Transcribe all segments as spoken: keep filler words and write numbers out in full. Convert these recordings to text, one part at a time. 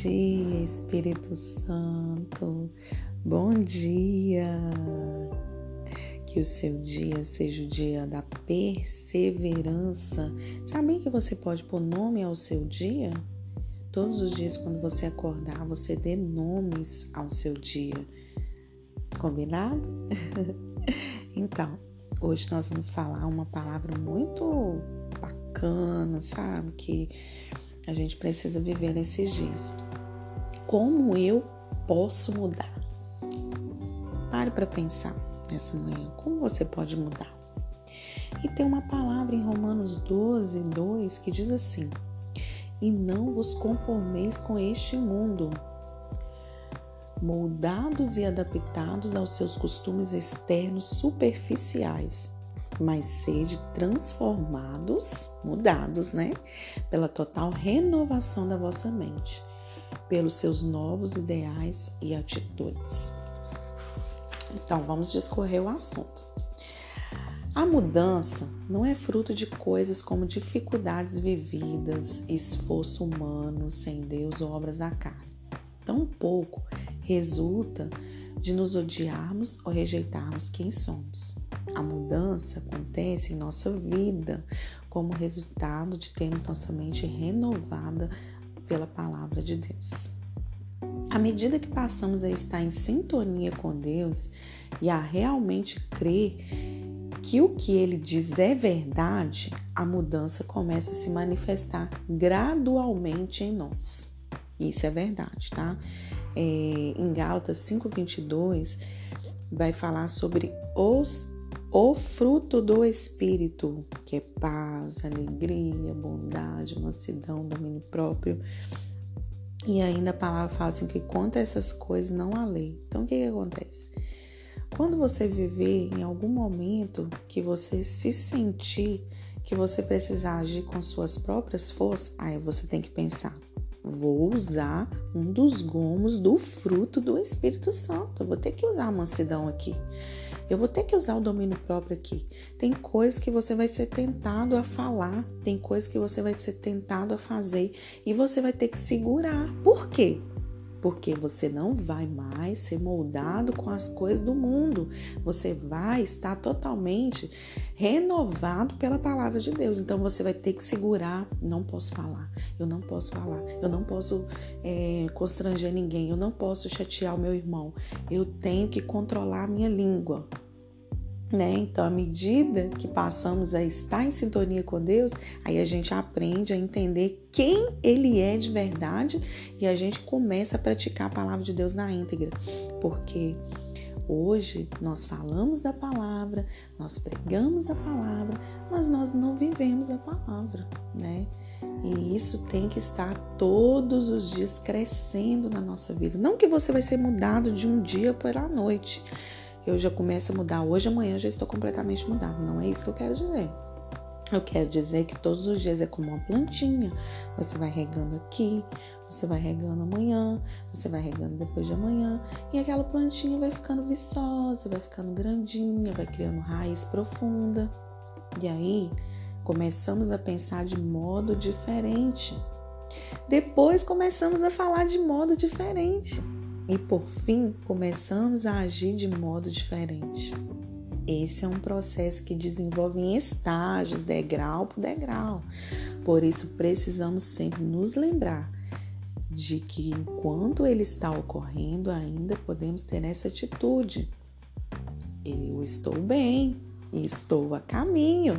dia, Espírito Santo. Bom dia. Que o seu dia seja o dia da perseverança. Sabia que você pode pôr nome ao seu dia? Todos os dias, quando você acordar, você dê nomes ao seu dia. Combinado? Então, hoje nós vamos falar uma palavra muito bacana, sabe? Que a gente precisa viver nesses dias. Como eu posso mudar? Pare para pensar nessa manhã. Como você pode mudar? E tem uma palavra em Romanos doze, dois que diz assim: e não vos conformeis com este mundo, moldados e adaptados aos seus costumes externos superficiais, mas sede transformados, mudados, né? Pela total renovação da vossa mente, pelos seus novos ideais e atitudes. Então, vamos discorrer o assunto. A mudança não é fruto de coisas como dificuldades vividas, esforço humano, sem Deus ou obras da carne. Tampouco resulta de nos odiarmos ou rejeitarmos quem somos. A mudança acontece em nossa vida como resultado de termos nossa mente renovada pela palavra de Deus. À medida que passamos a estar em sintonia com Deus e a realmente crer que o que Ele diz é verdade, a mudança começa a se manifestar gradualmente em nós. Isso é verdade, tá? É, em Gálatas cinco, vinte e dois, vai falar sobre os, o fruto do Espírito, que é paz, alegria, bondade, mansidão, domínio próprio. E ainda a palavra fala assim que quanto a essas coisas não há lei. Então, o que que acontece? Quando você viver em algum momento que você se sentir que você precisa agir com suas próprias forças, aí você tem que pensar: vou usar um dos gomos do fruto do Espírito Santo. Eu vou ter que usar a mansidão aqui. Eu vou ter que usar o domínio próprio aqui. Tem coisas que você vai ser tentado a falar. Tem coisas que você vai ser tentado a fazer. E você vai ter que segurar. Por quê? Porque você não vai mais ser moldado com as coisas do mundo. Você vai estar totalmente renovado pela palavra de Deus. Então você vai ter que segurar. Não posso falar, eu não posso falar, eu não posso é, constranger ninguém, eu não posso chatear o meu irmão. Eu tenho que controlar a minha língua. Né? Então, à medida que passamos a estar em sintonia com Deus, aí a gente aprende a entender quem Ele é de verdade e a gente começa a praticar a palavra de Deus na íntegra. Porque hoje nós falamos da palavra, nós pregamos a palavra, mas nós não vivemos a palavra, né? E isso tem que estar todos os dias crescendo na nossa vida. Não que você vai ser mudado de um dia para a noite. Eu já começo a mudar hoje, amanhã eu já estou completamente mudado. Não é isso que eu quero dizer. Eu quero dizer que todos os dias é como uma plantinha. Você vai regando aqui, você vai regando amanhã, você vai regando depois de amanhã. E aquela plantinha vai ficando viçosa, vai ficando grandinha, vai criando raiz profunda. E aí, começamos a pensar de modo diferente. Depois começamos a falar de modo diferente. E por fim, começamos a agir de modo diferente. Esse é um processo que desenvolve em estágios, degrau por degrau. Por isso, precisamos sempre nos lembrar de que enquanto ele está ocorrendo, ainda podemos ter essa atitude. Eu estou bem, estou a caminho.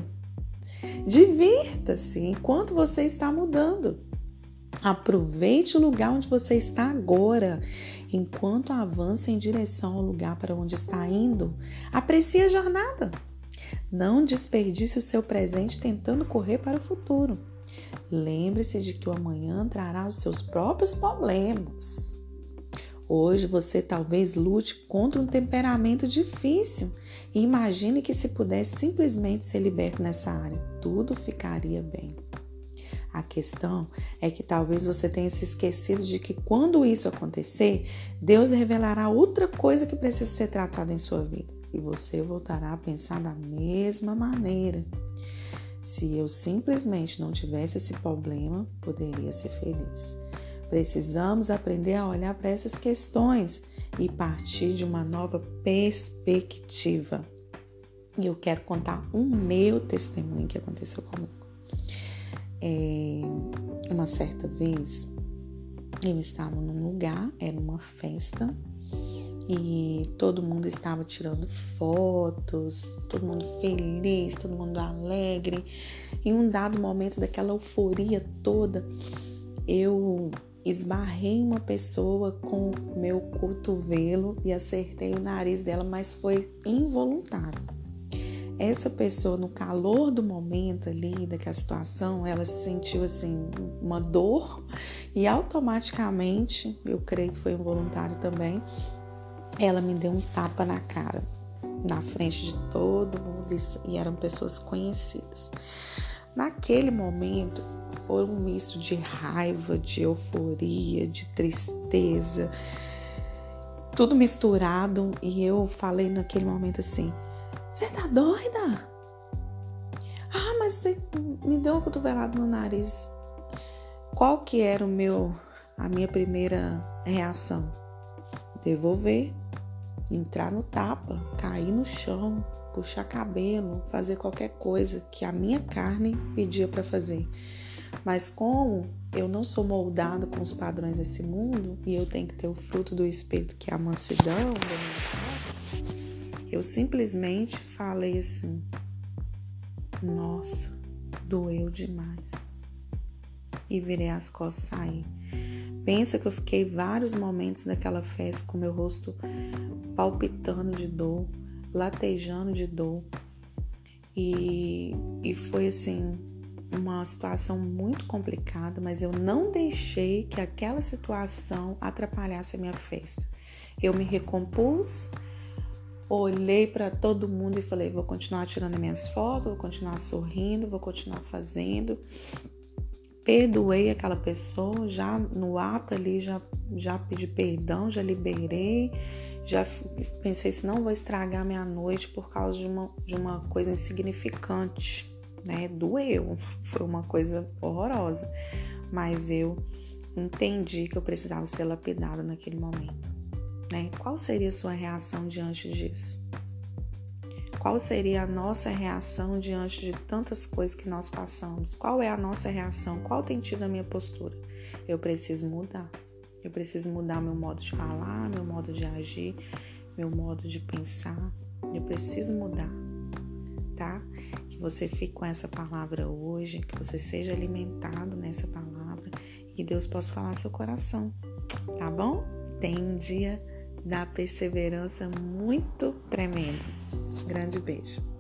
Divirta-se enquanto você está mudando. Aproveite o lugar onde você está agora, enquanto avança em direção ao lugar para onde está indo. Aprecie a jornada. Não desperdice o seu presente tentando correr para o futuro. Lembre-se de que o amanhã trará os seus próprios problemas. Hoje você talvez lute contra um temperamento difícil e imagine que se pudesse simplesmente ser liberto nessa área, tudo ficaria bem. A questão é que talvez você tenha se esquecido de que quando isso acontecer, Deus revelará outra coisa que precisa ser tratada em sua vida. E você voltará a pensar da mesma maneira. Se eu simplesmente não tivesse esse problema, poderia ser feliz. Precisamos aprender a olhar para essas questões e partir de uma nova perspectiva. E eu quero contar um meu testemunho que aconteceu comigo. É, uma certa vez, eu estava num lugar, era uma festa, e todo mundo estava tirando fotos, todo mundo feliz, todo mundo alegre. Em um dado momento daquela euforia toda, eu esbarrei uma pessoa com o meu cotovelo e acertei o nariz dela, mas foi involuntário. Essa pessoa, no calor do momento ali, daquela situação, ela se sentiu assim, uma dor e automaticamente, eu creio que foi involuntário também, ela me deu um tapa na cara, na frente de todo mundo, e eram pessoas conhecidas. Naquele momento, foi um misto de raiva, de euforia, de tristeza, tudo misturado, e eu falei naquele momento assim: você tá doida? Ah, mas você me deu uma cotovelada no nariz. Qual que era o meu, a minha primeira reação? Devolver, entrar no tapa, cair no chão, puxar cabelo, fazer qualquer coisa que a minha carne pedia para fazer. Mas como eu não sou moldado com os padrões desse mundo e eu tenho que ter o fruto do Espírito, que é a mansidão, eu simplesmente falei assim: nossa, doeu demais. E virei as costas e saí. Pensa que eu fiquei vários momentos naquela festa com meu rosto palpitando de dor, latejando de dor. E, e foi assim, uma situação muito complicada, mas eu não deixei que aquela situação atrapalhasse a minha festa. Eu me recompus, olhei para todo mundo e falei: vou continuar tirando minhas fotos, vou continuar sorrindo, vou continuar fazendo. Perdoei aquela pessoa, já no ato ali, já, já pedi perdão, já liberei, já pensei se não vou estragar minha noite por causa de uma, de uma coisa insignificante, né? Doeu, foi uma coisa horrorosa, mas eu entendi que eu precisava ser lapidada naquele momento, né? Qual seria a sua reação diante disso? Qual seria a nossa reação diante de tantas coisas que nós passamos? Qual é a nossa reação? Qual tem sido a minha postura? Eu preciso mudar. Eu preciso mudar meu modo de falar, meu modo de agir, meu modo de pensar. Eu preciso mudar, tá? Que você fique com essa palavra hoje, que você seja alimentado nessa palavra e que Deus possa falar no seu coração, tá bom? Tem um dia da perseverança muito tremendo. Grande beijo.